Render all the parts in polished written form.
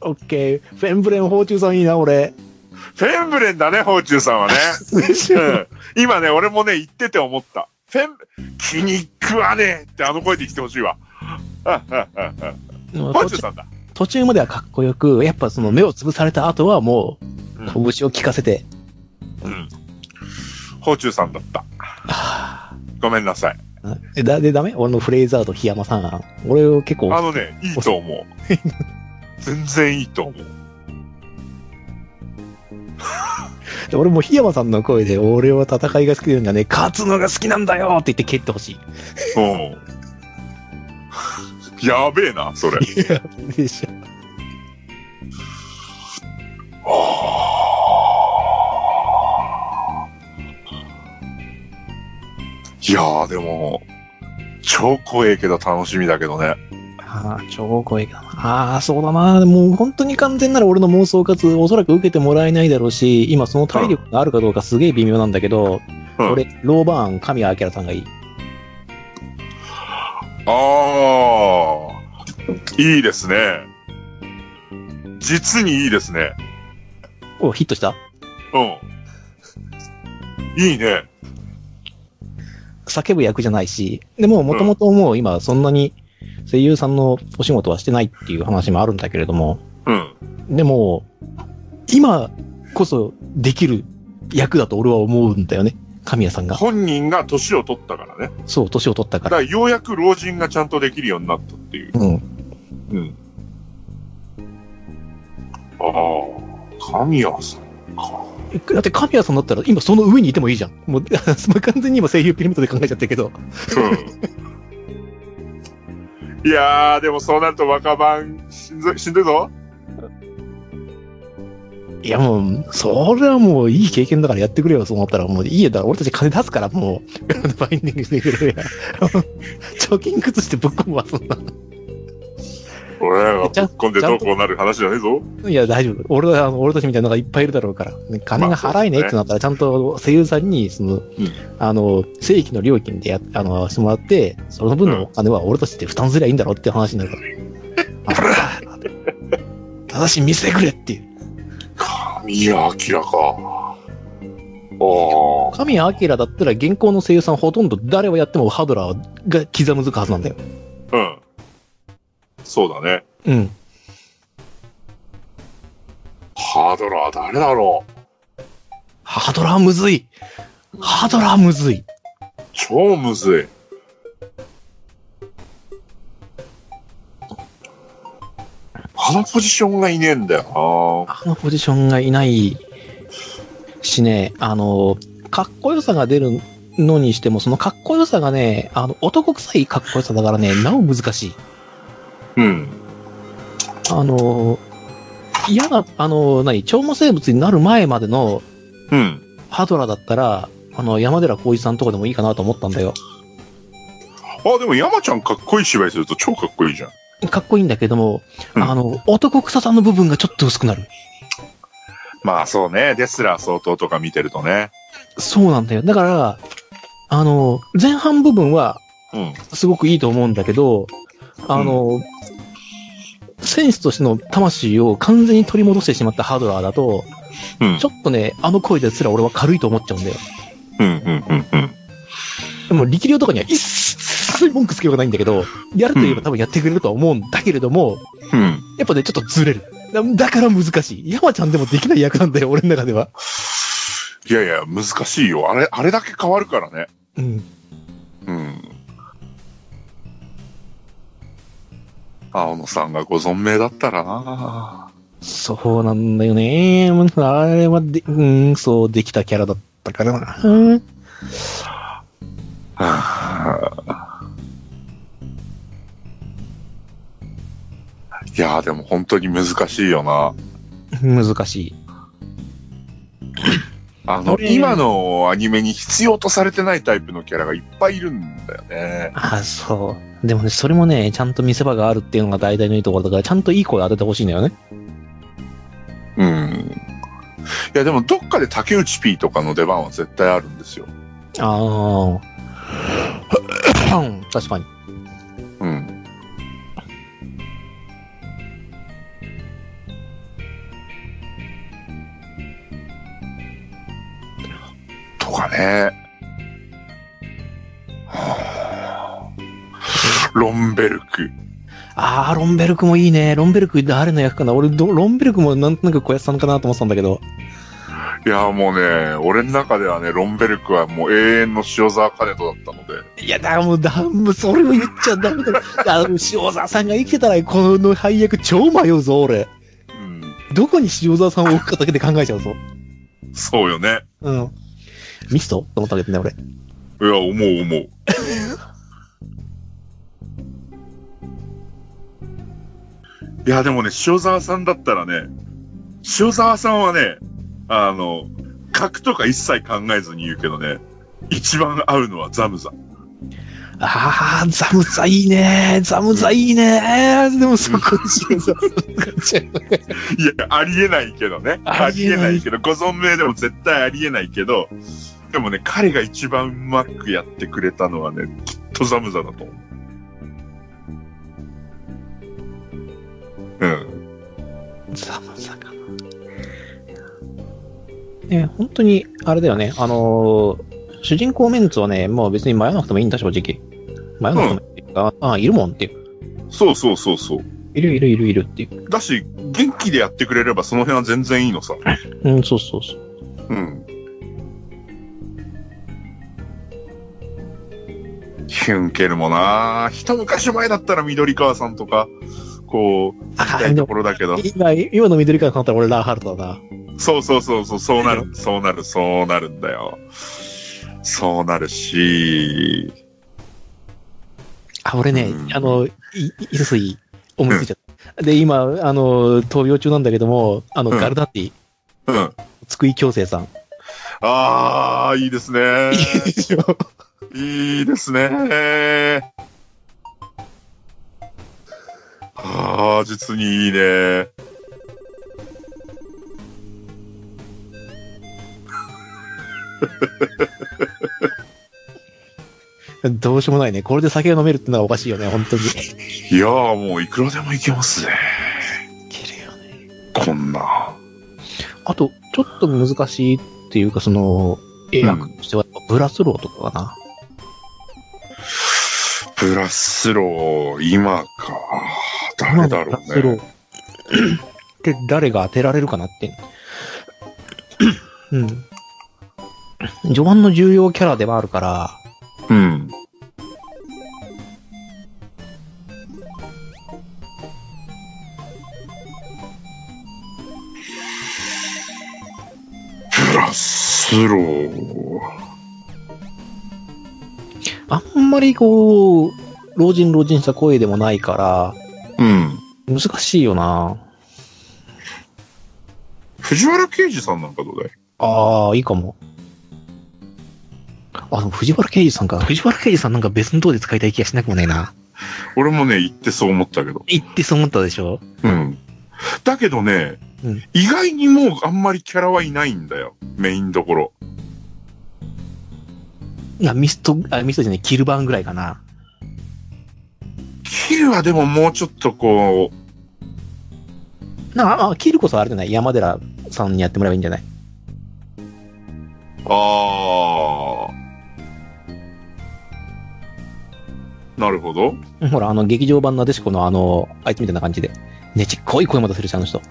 オッケー。フェンブレン・ホーチューさんいいな、俺。 フェンブレンだね、ホーチューさんはね。今ね、俺もね、言ってて思った。気に食わねえってあの声で言ってほしいわ。ホーチューさんだ。 途中まではかっこよく、やっぱその目を潰された後はもう、拳を効かせて。 ホーチューさんだった。ごめんなさい。 で、ダメ？俺のフレイザーと檜山さん。俺を結構。 いいと思う。全然いいと思う。 俺も檜山さんの声で、俺は戦いが好きなんだね、勝つのが好きなんだよって言って蹴ってほしい。 やべえな、それ。 やべえでしょ。 いやー、でも、超怖えけど楽しみだけどね。 超怖いけどな。そうだな。もう本当に完全なら俺の妄想活おそらく受けてもらえないだろうし、今その体力があるかどうかすげえ微妙なんだけど、俺、ローバーン、神谷明さんがいい。 いいですね。実にいいですね。 ヒットした？ いいね。 叫ぶ役じゃないし、でももともともう今そんなに声優さんのお仕事はしてないっていう話もあるんだけれども、でも、今こそできる役だと俺は思うんだよね。神谷さんが。 本人が年を取ったからね。 そう、年を取ったから。 だからようやく老人がちゃんとできるようになったっていう。神谷さんか。だって神谷さんだったら今その上にいてもいいじゃん。もう完全に今声優ピラミッドで考えちゃってるけど。 いやー、でもそうなると若番しんどいぞ。 いやもう、それはもういい経験だからやってくれよ、そう思ったら。もういいよ、だから俺たち金出すから、もう、バインディングしてくれよ。貯金崩してぶっ込むわ、そんな。 俺らがぶっ込んでどうこうなる話じゃねえぞ。 いや、大丈夫。俺たちみたいなのがいっぱいいるだろうから。金が払えねえってなったら、ちゃんと声優さんに、正規の料金でしてもらって、その分のお金は俺たちって負担すりゃいいんだろうって話になるから。正しい見せてくれっていう。 神谷明か。 神谷明だったら現行の声優さんほとんど誰をやってもハドラーが刻むづくはずなんだよ。 そうだね。ハドラー誰だろう。 ハドラーむずい。 超むずい。あのポジションがいねえんだよな。 あのポジションがいないしね、かっこよさが出るのにしても、そのかっこよさがね、男臭いかっこよさだからね、なお難しい。嫌な、超魔生物になる前までの、ハドラーだったら、山寺宏一さんとかでもいいかなと思ったんだよ。 でも山ちゃんかっこいい芝居すると超かっこいいじゃん。 かっこいいんだけども、男臭さの部分がちょっと薄くなる。 まあそうね、デスラー相当とか見てるとね。 そうなんだよ。だから、前半部分は、すごくいいと思うんだけど、センスとしての魂を完全に取り戻してしまったハドラーだと、ちょっとね、声ですら俺は軽いと思っちゃうんだよ。でも力量とかには一切文句つけようがないんだけど、やると言えば多分やってくれるとは思うんだけれども、やっぱね、ちょっとずれる。だから難しい。山ちゃんでもできない役なんだよ、俺の中では。 いやいや、難しいよ。あれだけ変わるからね。青野さんがご存命だったらな。 そうなんだよね。あれはそうできたキャラだったからな。 いやーでも本当に難しいよな。 難しい。 今のアニメに必要とされてないタイプのキャラがいっぱいいるんだよね。 そう。でもね、それもね、ちゃんと見せ場があるっていうのが大体のいいところだから、ちゃんといい声当ててほしいんだよね。 いやでもどっかで竹内 P とかの出番は絶対あるんですよ。 確かに。 とかね。ロンベルク。 ロンベルクもいいね。ロンベルク誰の役かな？俺、ロンベルクもなんとなく小安さんかなと思ってたんだけど。 いや、もうね、俺の中ではね、ロンベルクはもう永遠の塩沢兼人だったので。 いや、もう、それを言っちゃダメだ。塩沢さんが生きてたら、この配役超迷うぞ、俺。どこに塩沢さんを置くかだけで考えちゃうぞ。 そうよね。 うん。ミストと思ったけどね、俺。 いや、思う。いや、でもね、塩沢さんだったらね、塩沢さんはね、格とか一切考えずに言うけどね、一番合うのはザムザ。 ザムザいいね。ザムザいいね。でもそこに塩沢さん使っちゃう。 いや、ありえないけどね。ありえないけど、ご存命でも絶対ありえないけど、でもね、彼が一番うまくやってくれたのはね、きっとザムザだと思う。 ザムザかな。本当に、あれだよね。主人公メンツはね、もう別に迷わなくてもいいんだ、正直。迷わなくてもいい。いるもんっていう。 そう。 いるっていう。 だし、元気でやってくれればその辺は全然いいのさ。 そう。 ヒュンケルもな一昔前だったら緑川さんとか、こう、行きたいところだけど。 今の緑川さんだったら俺ラーハルトだな。 そう、そうなるんだよ。そうなるし、 俺ね、一つ思いついちゃった。で、今、闘病中なんだけども、ガルダンディ。津久井京成さん。 いいですね。 いいでしょ。 いいですね。実にいいね。 どうしようもないね。これで酒が飲めるってのはおかしいよね、本当に。 いやもういくらでもいけますね。 いけるよね。 こんな。 あと、ちょっと難しいっていうか、役としては、ブラスローとかかな。 ブラスロー、今か。誰だろうね。ブラスロー。 で、誰が当てられるかなって。序盤の重要キャラではあるから、 ブラスロー。 あんまり老人した声でもないから、難しいよな。 藤原刑事さんなんかどうだい？ いいかも。でも藤原刑事さんか。藤原刑事さんなんか別の塔で使いたい気がしなくもないな。 俺もね、言ってそう思ったけど。 言ってそう思ったでしょ？ だけどね、意外にもうあんまりキャラはいないんだよ。メインどころ。 ミストじゃない、キルバーンぐらいかな。 キルはでももうちょっとこう。キルこそあれじゃない、山寺さんにやってもらえばいいんじゃない？ なるほど。 ほら、劇場版なでしこのあいつみたいな感じで。ねちっこい声も出せるし、あの人。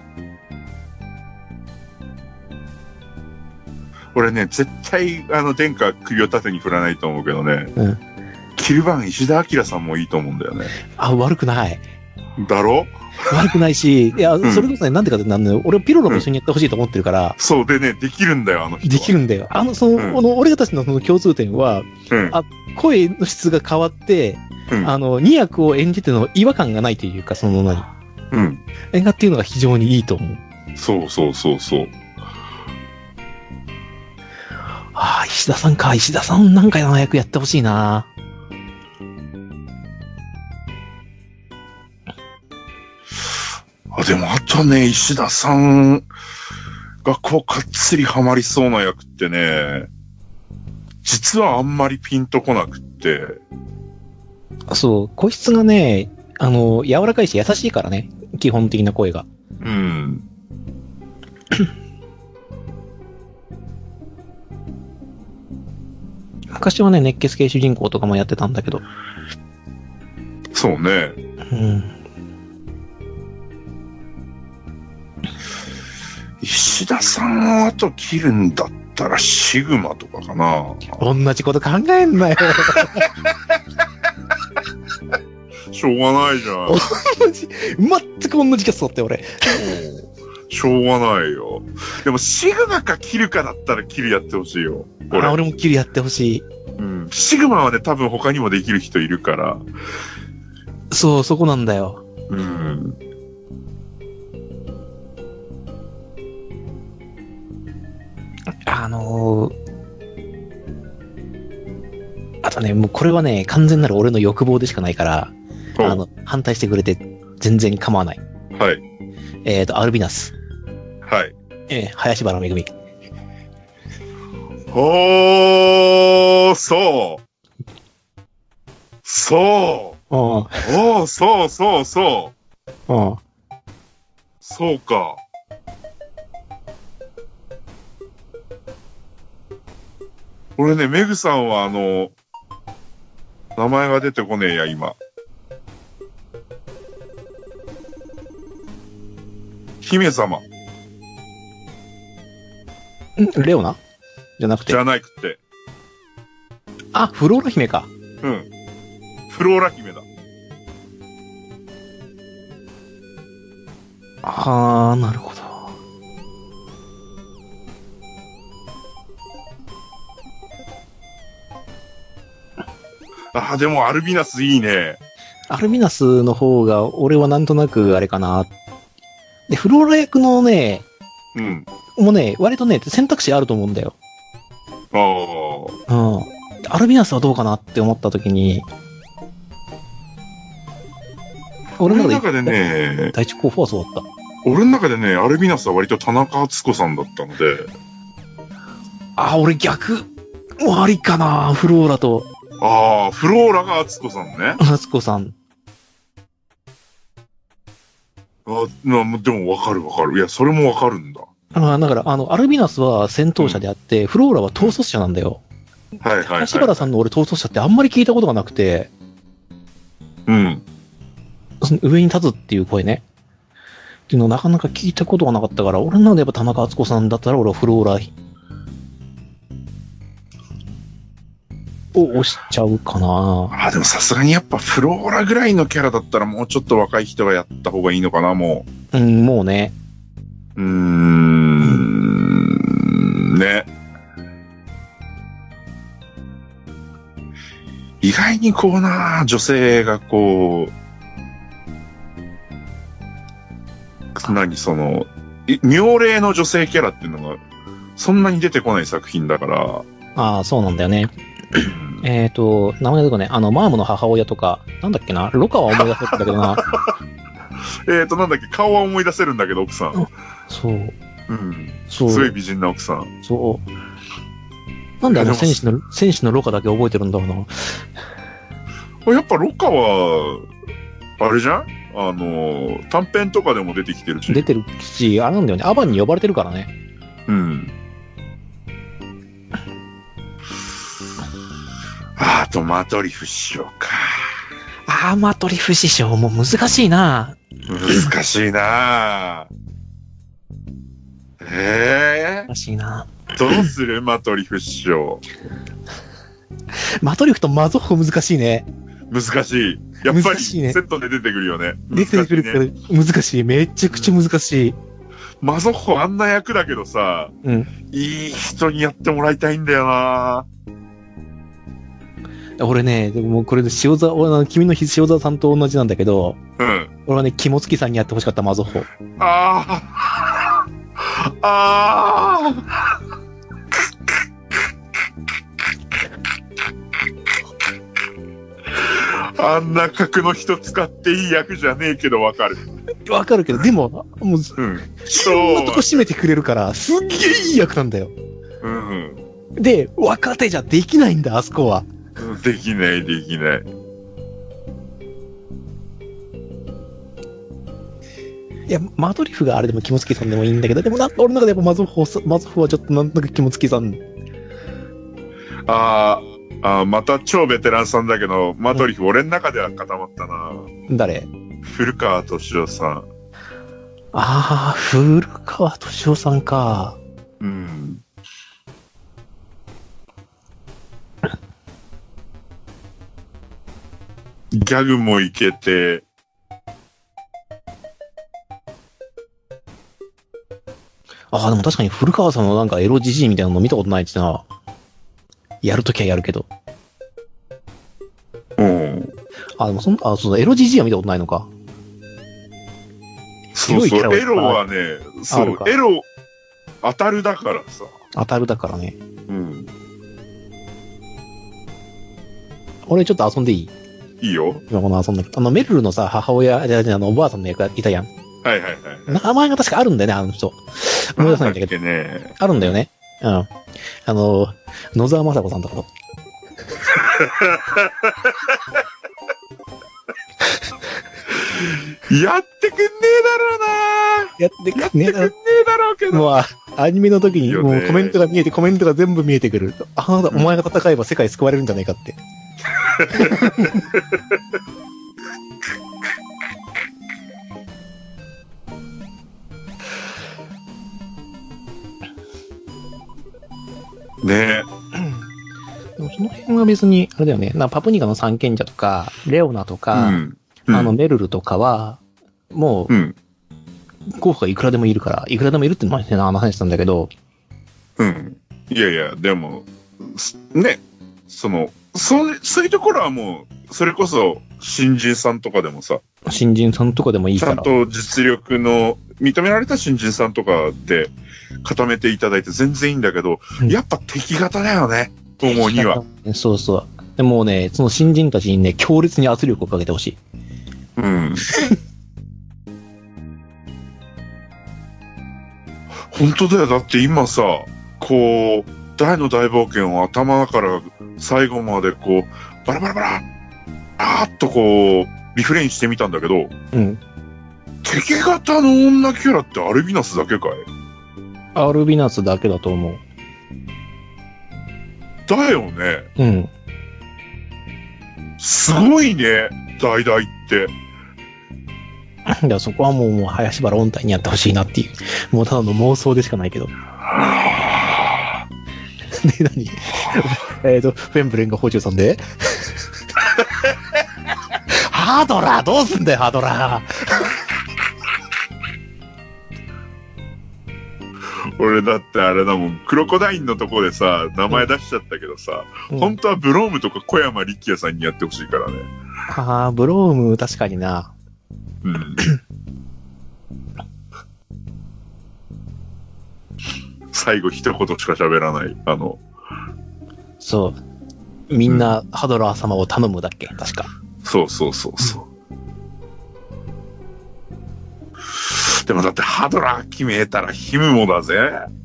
俺ね、絶対、殿下首を縦に振らないと思うけどね。キルバーン石田明さんもいいと思うんだよね。 悪くない。 だろ？ 悪くないし、いや、それこそね、なんでかって俺はピロロも一緒にやってほしいと思ってるから。 そうでね、できるんだよ、あの人。 できるんだよ。俺たちのその共通点は、声の質が変わって、二役を演じての違和感がないというか、映画っていうのが非常にいいと思う。 そう。 石田さんか。石田さんなんかの役やってほしいな。 でもあとね、石田さんがこうかっつりハマりそうな役ってね、実はあんまりピンとこなくって。 そう、個室がね、柔らかいし優しいからね、基本的な声が。 昔はね、熱血系主人公とかもやってたんだけど。 そうね。 うん。 石田さんを後切るんだったらシグマとかかな。 同じこと考えんなよ。 しょうがないじゃん。 全く同じキャストだって俺。 しょうがないよ。でもシグマかキルかだったらキルやってほしいよ。 俺もキルやってほしい。 うん。シグマはね、多分他にもできる人いるから。 そう、そこなんだよ。 うん。 あとね、もうこれはね、完全なる俺の欲望でしかないから、反対してくれて全然構わない。 はい。 アルビナス。 はい。 林原めぐみ。 そう。そう。そう。そうか。俺ね、メグさんは名前が出てこねえや、今。姫様。 レオナじゃなくて。 じゃなくて。 あ、フローラ姫か。 うん。フローラ姫だ。 なるほど。 でもアルビナスいいね。 アルビナスの方が、俺はなんとなくあれかな。で、フローラ役のね、 うん。 もうね、割とね、選択肢あると思うんだよ。うん。アルビナスはどうかなって思った時に、俺の中でね、第一候補はそうだった。 俺の中でね、アルビナスは割と田中敦子さんだったので。 俺逆、もありかな、フローラと。 フローラが敦子さんね。 敦子さん。 でもわかる。いや、それもわかるんだ。 だから、アルビナスは戦闘者であって、フローラは統率者なんだよ。 はい。 林原さんの俺統率者ってあんまり聞いたことがなくて。 うん。 上に立つっていう声ね。っていうのをなかなか聞いたことがなかったから、俺の中でやっぱ田中敦子さんだったら俺はフローラを押しちゃうかな。 でもさすがにやっぱフローラぐらいのキャラだったらもうちょっと若い人がやった方がいいのかな、もう。もうね。 ね。意外にこうな、女性がこう、妙齢の女性キャラっていうのが、そんなに出てこない作品だから。 そうなんだよね。名前だとね、マームの母親とか、なんだっけな、ロカは思い出せたんだけどな。 なんだっけ、顔は思い出せるんだけど、奥さん。 そう。 うん。すごい美人な奥さん。 そう。なんで戦士のロカだけ覚えてるんだろうな。やっぱロカは、あれじゃん？短編とかでも出てきてるし。 出てるし、あれなんだよね、アバンに呼ばれてるからね。 うん。あと、マトリフ師匠か。 マトリフ師匠も難しいな。 難しいな。 難しいな。 どうするマトリフ師匠。 マトリフとマゾッホ難しいね。 難しい。やっぱり、セットで出てくるよね。 出てくるから難しい。めちゃくちゃ難しい。 マゾッホあんな役だけどさ、いい人にやってもらいたいんだよな。 俺ね、でもこれで君の塩沢さんと同じなんだけど、俺はね、肝付さんにやってほしかった、マゾッホ。 あんな格の人使っていい役じゃねえけどわかる。 わかるけど、でも、もう、そんなとこ締めてくれるから、すっげえいい役なんだよ。で、若手じゃできないんだ、あそこは。 できない。 いや、マトリフがあれでも肝付さんでもいいんだけど、でも俺の中でやっぱマゾフはちょっとなんとなく肝付さん。 また超ベテランさんだけど、マトリフ、俺の中では固まったな。 誰？ 古川敏夫さん。 古川敏夫さんか。 うん。ギャグもいけて、 でも確かに古川さんのなんかエロジジイみたいなの見たことないしな。やるときはやるけど。 うん。 でもそうエロジジイは見たことないのか。 そうそう、エロはね、そう、エロ、当たるだからさ。 当たるだからね。 うん。 俺ちょっと遊んでいい？いいよ。 今この遊んだけど。メルルのさ、母親、おばあさんの役いたやん。 はいはいはい。 名前が確かあるんだよね、あの人。思い出さないんだけど。 ね、 あるんだよね。うん。野沢雅子さんとかと。 やってくんねえだろうな。 やってくんねえだろうけど。 もう、アニメの時にもうコメントが見えて、コメントが全部見えてくる。お前が戦えば世界救われるんじゃないかって。 ねえ。 でもその辺は別に、あれだよね。パプニカの三賢者とか、レオナとか、メルルとかは、もう、候補がいくらでもいるから、いくらでもいるって前に話したんだけど。 うん。いやいや、でも、ね、そういうところはもう、それこそ、新人さんとかでもさ。 新人さんとかでもいいから。 ちゃんと実力の、認められた新人さんとかで固めていただいて全然いいんだけど、やっぱ敵型だよね、主には。 そうそう。でもね、その新人たちにね、強烈に圧力をかけてほしい。 うん。本当だよ。だって今さ、こう、大の大冒険を頭から最後までこう、バラバラバラーっとこう、リフレインしてみたんだけど、 うん。 敵型の女キャラってアルビナスだけかい？ アルビナスだけだと思う。 だよね。 うん。 すごいね、代々って。 いや、そこはもう林原音体にやってほしいなっていう。もうただの妄想でしかないけど。で、何フェンブレンが包丁さんでハードラーどうすんだよ、ハードラー俺だってあれだもん、クロコダインのとこでさ、名前出しちゃったけどさ、本当はブロームとか小山力也さんにやってほしいからね。 ブローム確かにな。 うん。最後一言しか喋らない、 そう。みんな、ハドラー様を頼むだっけ、確か。 そうそうそうそう。でもだってハドラー決めたらヒムもだぜ。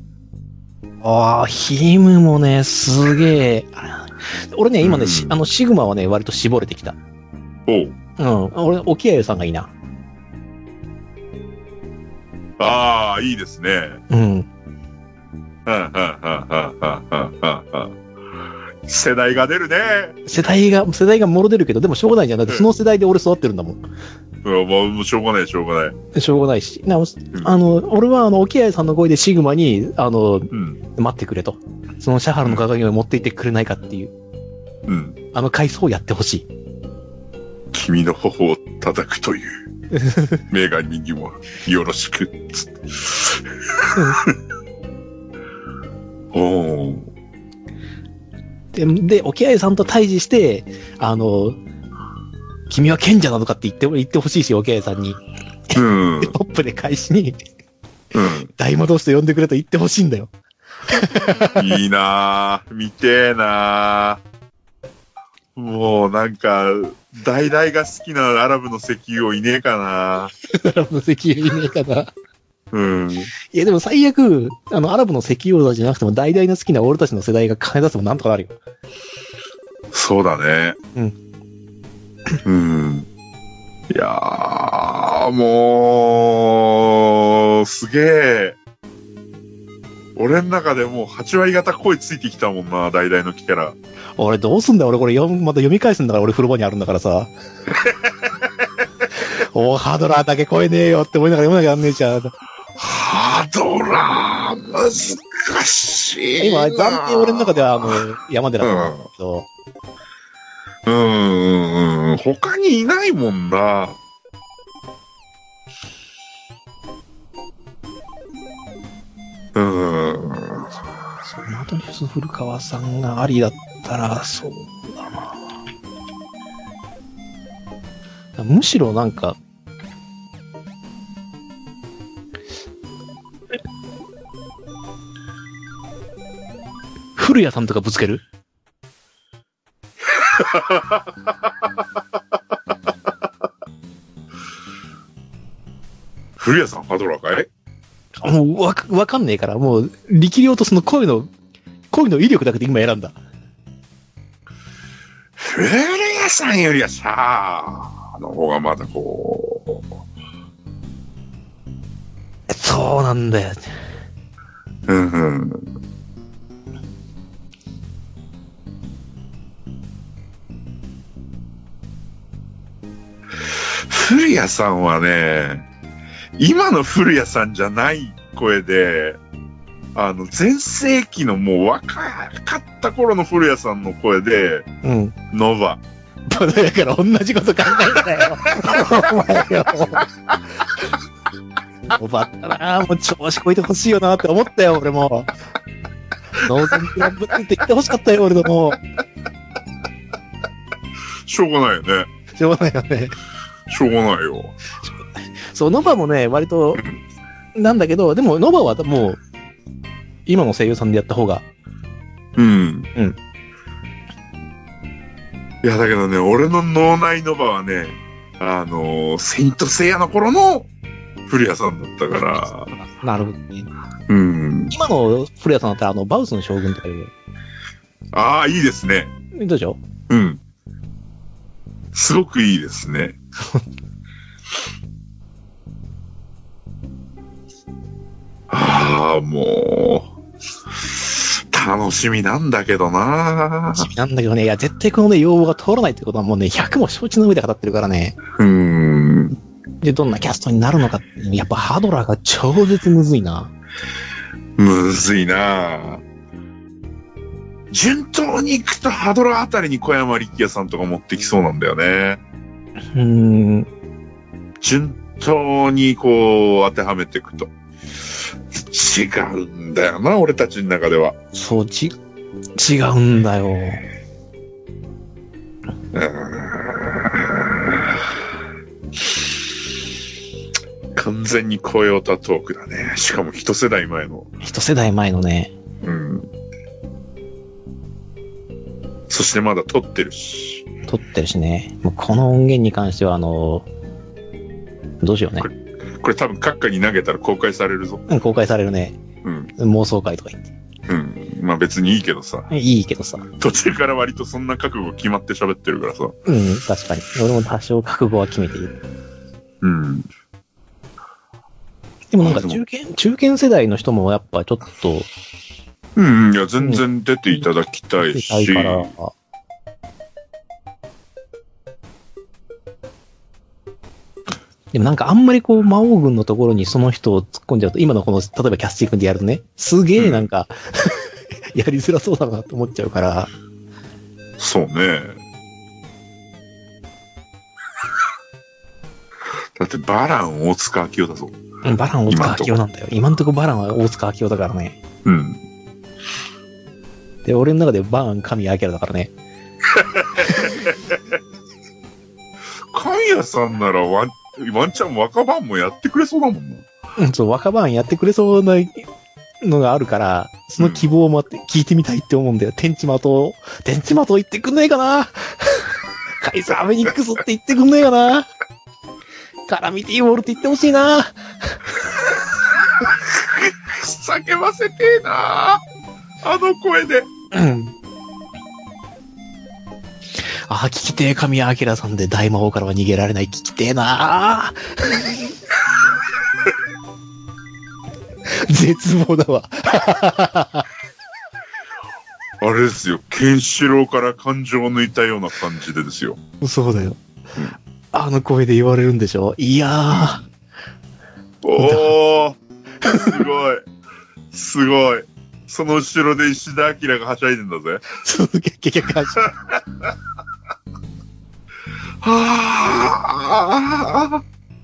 ヒムもね、すげえ。俺ね、今ね、シグマはね、割と絞れてきた。 おう。 うん。俺、沖合さんがいいな。 いいですね。 うん。 世代が出るね。 世代がもろ出るけど、でもしょうがないじゃん。だってその世代で俺育ってるんだもん。 もうしょうがない。しょうがないし。俺は沖合さんの声でシグマに、待ってくれと。そのシャハルの鏡を持っていってくれないかっていう。 うん。 回想をやってほしい。 君の頬を叩くという。女神にもよろしく。つって。おー。 で、沖合さんと対峙して、君は賢者なのかって言ってほしいし、沖合さんに。 うん。 ポップで返しに、 うん。 大魔導士と呼んでくれと言ってほしいんだよ。 いいなぁ。見てーなぁ。もうなんか、大々が好きなアラブの石油王いねえかな。 アラブの石油いねえかな。 うん。 いやでも最悪、アラブの石油王じゃなくても大々の好きな俺たちの世代が金出せばなんとかなるよ。 そうだね。 うん。 うん。いやー、もう、すげえ。 俺の中でもう8割方声ついてきたもんな、代々のキャラ。 俺どうすんだよ、俺これまた読み返すんだから、俺風呂場にあるんだからさ。ハドラーだけ超えねえよって思いながら読まなきゃなんねえじゃん。 ハドラー、難しい。 今、暫定俺の中では、山寺なんだけど。 他にいないもんな。 その後に古川さんがありだったら、そうだな。むしろなんか、古谷さんとかぶつける？ 古谷さんハドラーかい？ もうわかんねえから、もう力量とその声の威力だけで今選んだ。 古谷さんよりはさあの方がまだこう。そうなんだよ。 古谷さんはね、今の古谷さんじゃない声で、前世紀のもう若かった頃の古谷さんの声で、ノバ。 だから同じこと考えたよ。お前よ。ノバったな、もう調子こいてほしいよなって思ったよ、俺も。ノーザンクラブって言ってほしかったよ、俺でも。 しょうがないよね。 しょうがないよね。 しょうがないよ。 そう、ノバもね、割と、なんだけど、でもノバはもう、今の声優さんでやった方が。 いや、だけどね、俺の脳内ノバはね、セイントセイヤの頃の古谷さんだったから。 なるほどね。 今の古谷さんだったら、バウスの将軍とかいう。 ああ、いいですね。 どうでしょ？ すごくいいですね。もう、楽しみなんだけどな。 楽しみなんだけどね、いや、絶対このね、要望が通らないってことはもうね、100も承知の上で語ってるからね。で、どんなキャストになるのか、やっぱハドラーが超絶むずいな。 むずいな。順当に行くとハドラーあたりに小山力也さんとか持ってきそうなんだよね。順当にこう当てはめていくと。違うんだよな、俺たちの中では。 そう、違うんだよ。 完全に声オタトークだね。しかも一世代前の。 一世代前のね。 そしてまだ撮ってるし。 撮ってるしね。もうこの音源に関してはどうしようね。 これ多分閣下に投げたら公開されるぞ。 公開されるね。妄想会とか言って。 まあ別にいいけどさ。 いいけどさ。 途中から割とそんな覚悟決まって喋ってるからさ。 確かに。俺も多少覚悟は決めている。でもなんか中堅世代の人もやっぱちょっと。 いや、全然出ていただきたいし。出たいから。 でもなんかあんまりこう、魔王軍のところにその人を突っ込んじゃうと、今のこの、例えばキャスティングでやるとね、すげえなんか、やりづらそうだなと思っちゃうから。 そうね。だってバラン大塚明夫だぞ。 バラン大塚明夫なんだよ。今んとこバランは大塚明夫だからね。で、俺の中でバラン神谷明だからね。 神谷さんならワンチャン若番もやってくれそうだもんな。 そう、若番やってくれそうなのがあるから、その希望を待って聞いてみたいって思うんだよ。天地的言ってくんねえかな。カイサーフェニックスって言ってくんねえかな。カラミティウォールって言ってほしいな。 叫ばせてえな。あの声で。 聞きてえ神谷明さんで大魔王からは逃げられない。聞きてえな。 絶望だわ。 あれですよ、ケンシロウから感情を抜いたような感じでですよ。 そうだよ。あの声で言われるんでしょ。いやー。おー、すごい。すごい。その後ろで石田明がはしゃいでんだぜ。 そう、結局はしゃいはぁ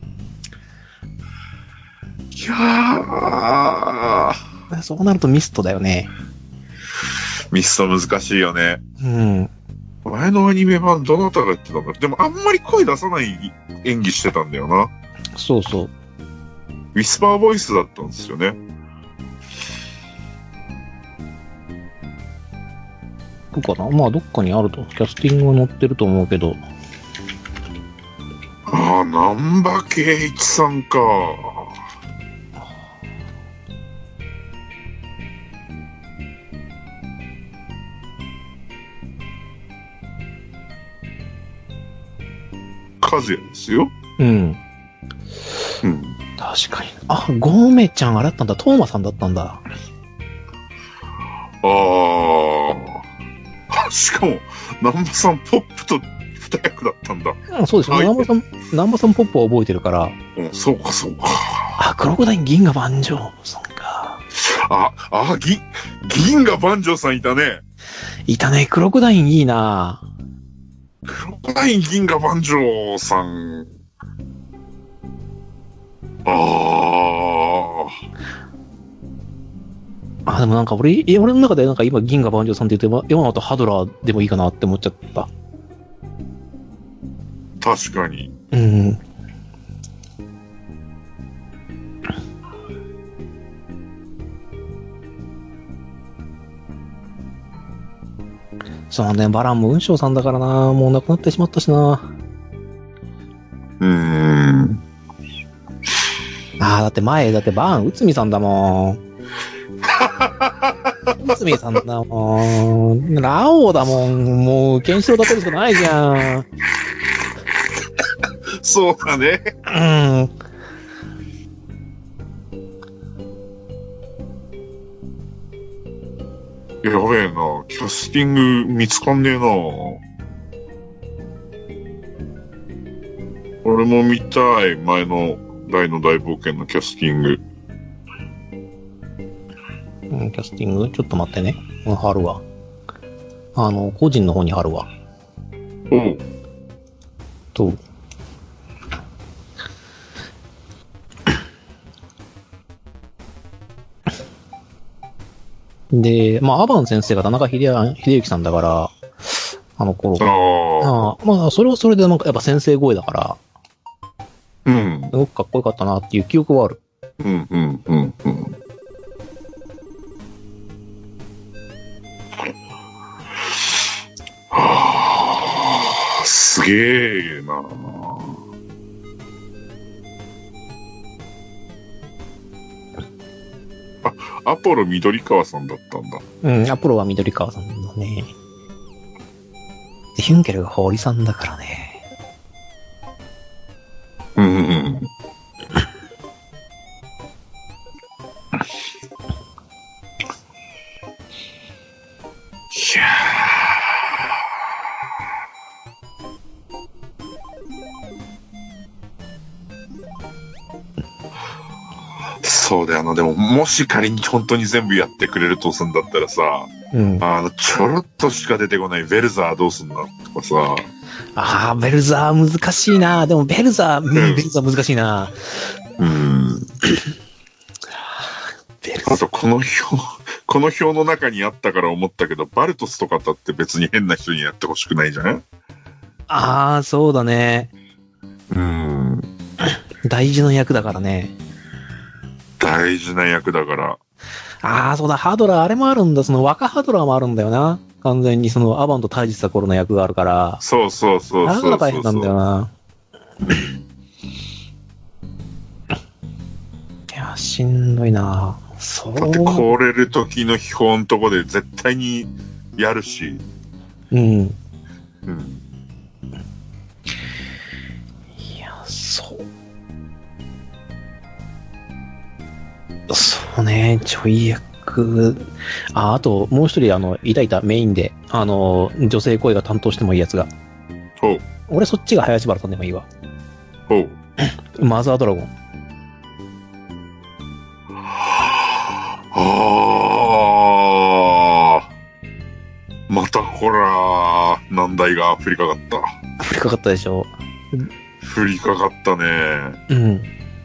いやー。そうなるとミストだよね。 ミスト難しいよね。 うん。 前のアニメ版どなたがやってたんだ？でもあんまり声出さない演技してたんだよな。 そうそう。 ウィスパーボイスだったんですよね。 どうかな？まあどっかにあると。キャスティングは載ってると思うけど。 ああ、南波圭一さんか。和也ですよ。 うん。 うん。 確かに。あ、ゴーメちゃんあれだったんだ。トーマさんだったんだ。 しかも、南波さんポップと二役だったんだ。 うん、そうですよ。南波さんポップは覚えてるから。 うん、そうか、そうか。 あ、クロコダイン銀河万丈さんか。 銀河万丈さんいたね。 いたね。クロコダインいいな。 クロコダイン銀河万丈さん。 でもなんか俺の中でなんか今銀河万丈さんって言って、山本ハドラーでもいいかなって思っちゃった。 確かに。 うん。そうね、バランも雲尚さんだからな。もう亡くなってしまったしな。だってバーン、内海さんだもん。内海さんだもん。ラオウだもん。もう、ケンシロウ立てるしかないじゃん。 そうだね。 うん。 やべえな。キャスティング見つかんねえな。俺も見たい。前の大の大冒険のキャスティング。 キャスティングちょっと待ってね。貼るわ。個人の方に貼るわ。で、アバン先生が田中秀幸さんだから、あの頃。それはそれでなんかやっぱ先生声だから、 うん。 すごくかっこよかったなっていう記憶はある。 すげえな。アポロ緑川さんだったんだ。 アポロは緑川さんだね。ヒュンケルが堀さんだからね。 いやそうだよな。でも、もし仮に本当に全部やってくれるとすんだったらさ、ちょろっとしか出てこないベルザーどうすんだとかさ。 ベルザー難しいな。でもベルザー難しいな。 あと、この表の中にあったから思ったけど、バルトスとかだって別に変な人にやってほしくないじゃん？ そうだね。大事な役だからね。 大事な役だから。 そうだ、ハドラー、あれもあるんだ。その若ハドラーもあるんだよな。完全にそのアバンと対峙した頃の役があるから。 そう。 だから大変なんだよな。いや、しんどいな。 だって凍れる時の秘宝のとこで絶対にやるし。 いや、そう。 そうね、ちょい役。あと、もう一人、いたメインで、女性声が担当してもいいやつが。 ほう。 俺そっちが林原さんでもいいわ。 ほう。 マザードラゴン。 またほら、難題が降りかかった。 降りかかったでしょ。 降りかかったね。 うん。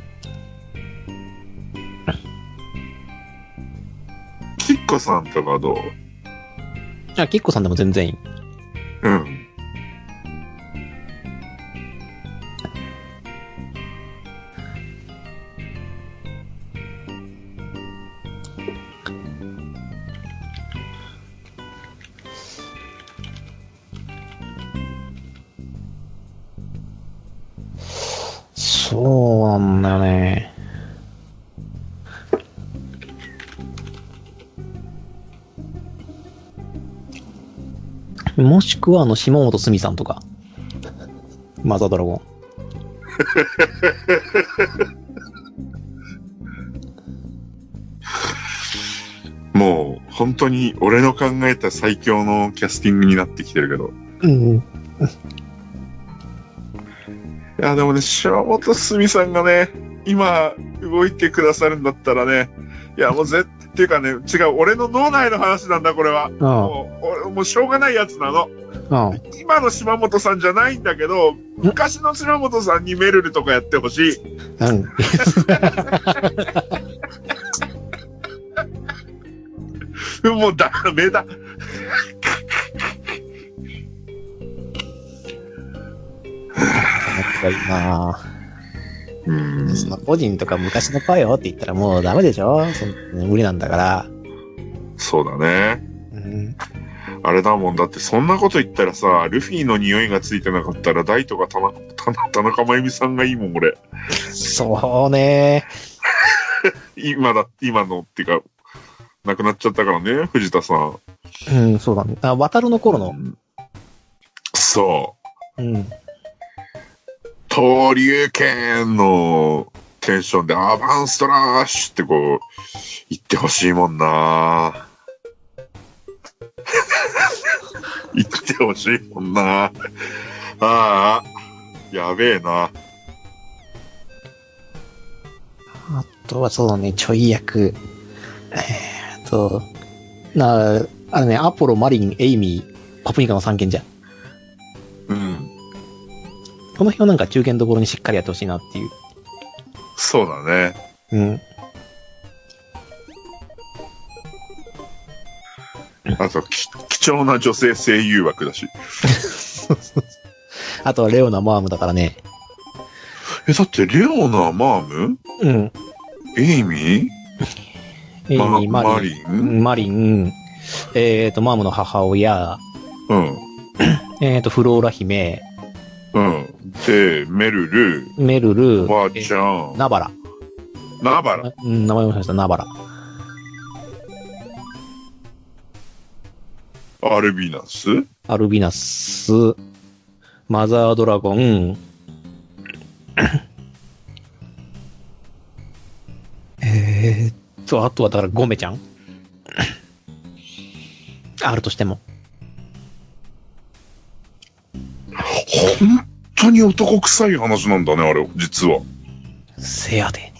キッコさんとかどう？ キッコさんでも全然いい。 うん。 そうなんだよね。もしくは下本すみさんとか。マザードラゴン。 もう、本当に俺の考えた最強のキャスティングになってきてるけど。 うん。いや、でもね、島本すみさんがね、今、動いてくださるんだったらね、いや、もうっていうかね、違う、俺の脳内の話なんだ、これは。もうしょうがないやつなの。今の島本さんじゃないんだけど、昔の島本さんにメルルとかやってほしい。 うん。 もうダメだ。 いいなその個人とか昔の声をって言ったらもうダメでしょ？無理なんだから。 そうだね。 うん。 あれだもんだってそんなこと言ったらさ、ルフィの匂いがついてなかったら大とか田中真由美さんがいいもん、俺。 そうね。 今のっていうか、亡くなっちゃったからね、藤田さん。 うん、そうだね。渡るの頃の。 そう。 うん。 登竜拳のテンションでアバンストラッシュってこう、言ってほしいもんな言ってほしいもんなああ、やべえな。 あとはそうだね、ちょい役。あれね、アポロ、マリン、エイミー、パプニカの3件じゃん。 うん。 この辺をなんか中堅どころにしっかりやってほしいなっていう。 そうだね。 うん。 あと、貴重な女性声優枠だし。 あとはレオナ・マームだからね。 だってレオナ・マーム？ うん。 エイミー、マリン、 マン、マームの母親、 うん。 フローラ姫、 うん。で、メルル、おばあちゃん、 ナバラ。うん、名前もしました、ナバラ。 アルビナス、 マザードラゴン、あとはだからゴメちゃんあるとしても。 本当に男臭い話なんだね、あれ、実は。 せやでね。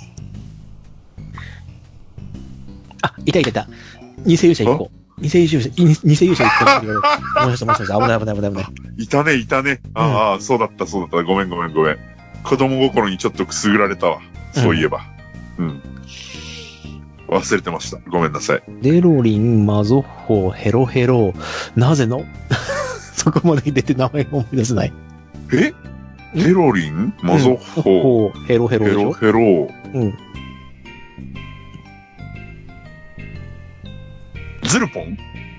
あ、いた。偽勇者1個。偽勇者1個。もしかした。危ない。 いたね。ああ、そうだった。ごめん。子供心にちょっとくすぐられたわ。そういえば。うん。忘れてました。ごめんなさい。 デロリン、マゾッホ、ヘロヘロ、なぜのそこまで出て名前が思い出せない。 デロリン、マゾッホ、 ヘロヘロ。うん。 ズルポン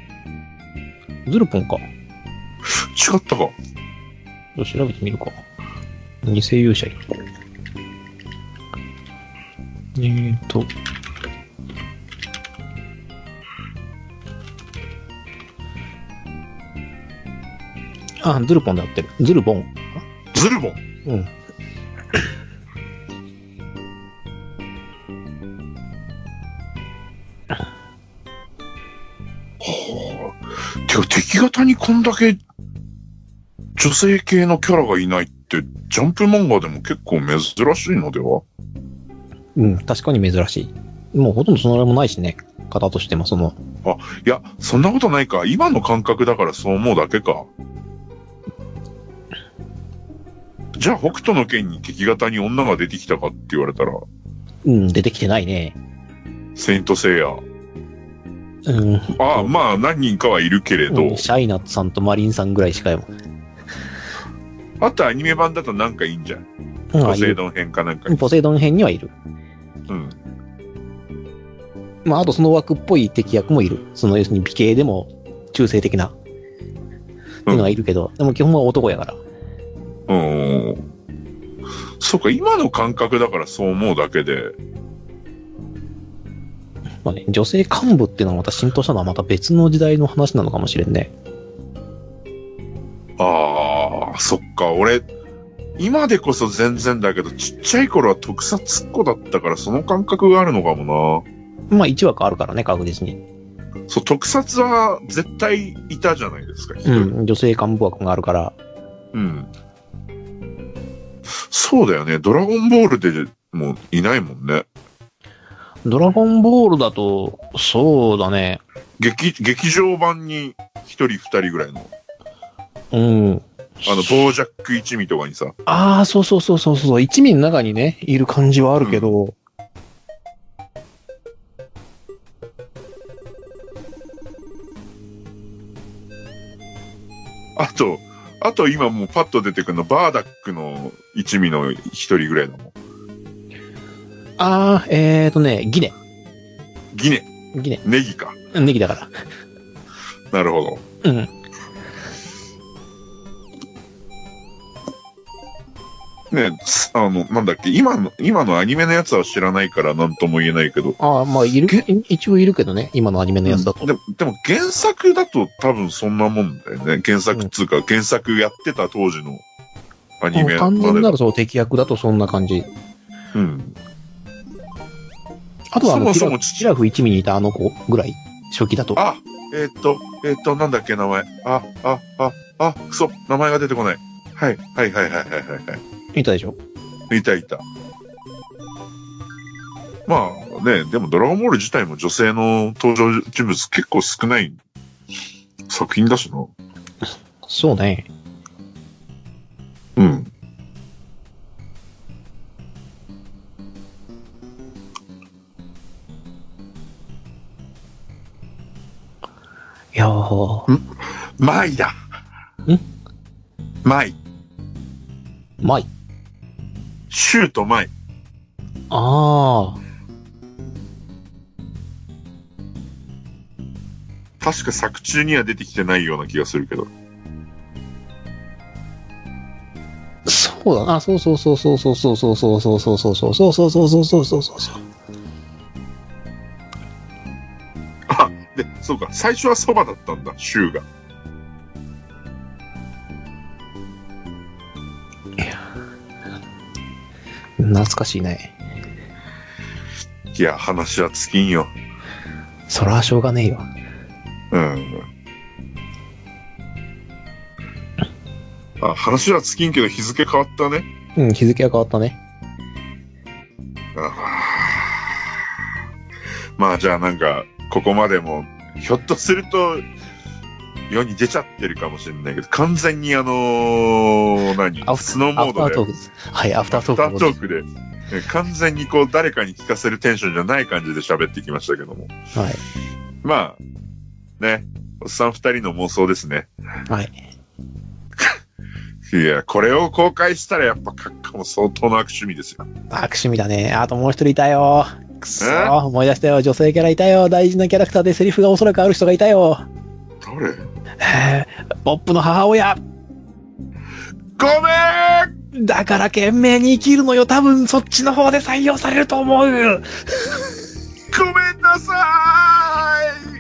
か。 違ったか。 調べてみるか。偽勇者1個。ズルポンでやってる。ズルボン。うん。 てか、敵型にこんだけ女性系のキャラがいないって、ジャンプ漫画でも結構珍しいのでは？ うん、確かに珍しい。もうほとんどそのぐらいもないしね。方としてもいや、そんなことないか。今の感覚だからそう思うだけか。じゃあ、北斗の拳に敵型に女が出てきたかって言われたら。 うん、出てきてないね。 セイントセイヤ。 うん。 まあ、何人かはいるけれど。 シャイナッツさんとマリンさんぐらいしかよ。 あとアニメ版だとなんかいいんじゃん。ポセイドン編かなんか。 ポセイドン編にはいる。 うん。 まあ、あとその枠っぽい敵役もいる。要するに美形でも中性的なのがいるけど、でも基本は男やから。 そうか、今の感覚だからそう思うだけで。 まあね、女性幹部っていうのはまた浸透したのはまた別の時代の話なのかもしれんね。 そっか、俺、今でこそ全然だけど、ちっちゃい頃は特撮っ子だったからその感覚があるのかもな。まあ1枠あるからね、確実に。 そう、特撮は絶対いたじゃないですか、 女性幹部枠があるから。 うん。そうだよね、ドラゴンボールでもいないもんね。 ドラゴンボールだと、そうだね。 劇場版に一人二人ぐらいの。 うん。 ボージャック一味とかにさ。 そう。一味の中にね、いる感じはあるけど。 あと今もうパッと出てくるの、バーダックの一味の一人ぐらいだもん。 ギネ。 ネギか。 ネギだから。 なるほど。 うん。 ね、なんだっけ、今のアニメのやつは知らないから何とも言えないけど。 まあ、一応いるけどね、今のアニメのやつだと。 でも原作だと多分そんなもんだよね。原作やってた当時のアニメ。 完全なる敵役だとそんな感じ。 うん。 あとはピラフ一味にいたあの子ぐらい初期だと。 なんだっけ、名前。名前が出てこない。はい。 いたでしょ？ いた。まあね、でもドラゴンボール自体も女性の登場人物結構少ない作品だしな。 そうね。 うん。 いやー。 マイだ。マイ。シュートマイ。確か作中には出てきてないような気がするけど。 そうだな。そう。 で、そうか。最初はそばだったんだ、シューが。 懐かしいね。 いや、話は尽きんよ。 そらしょうがねえよ。 うん。話は尽きんけど日付変わったね。 うん、日付は変わったね。 まあじゃあなんか、ここまでも、ひょっとすると、世に出ちゃってるかもしれないけど、完全にスノーモードで。 はい、アフタートークで。完全に誰かに聞かせるテンションじゃない感じで喋ってきましたけども。 はい。 まあ、ね、おっさん二人の妄想ですね。 はい。 いや、これを公開したらやっぱ閣下も相当の悪趣味ですよ。 悪趣味だね。あともう一人いたよ。くそー、思い出したよ。女性キャラいたよ。大事なキャラクターでセリフがおそらくある人がいたよ。 誰？ ポップの母親。 ごめん！だから懸命に生きるのよ。多分そっちの方で採用されると思う。ごめんなさ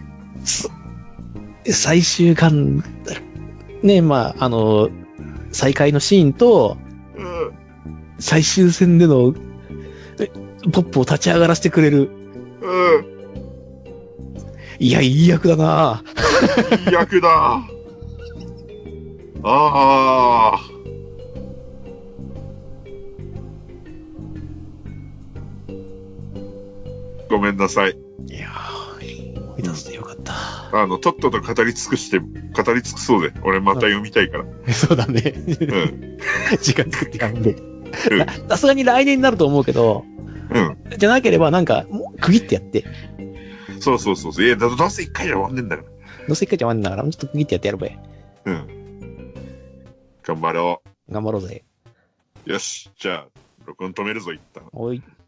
ーい。最終巻、ね、まあ、再会のシーンと、最終戦での、ポップを立ち上がらせてくれる。 いや、いい役だな。 いい役だ。ああ。ごめんなさい。 いやー、思い出してよかった。 とっとと語り尽くそうで。俺また読みたいから。 そうだね。うん。時間作ってやんで。さすがに来年になると思うけど、 うん。 じゃなければなんか、区切ってやって。 そう。いや、どうせ一回じゃ終わんねんだから。 どうせ一回じゃ終わんねんだから、ちょっと区切ってやってやるべ。 うん。頑張ろう。頑張ろうぜ。 よし。じゃあ、録音止めるぞ、一旦。 おい。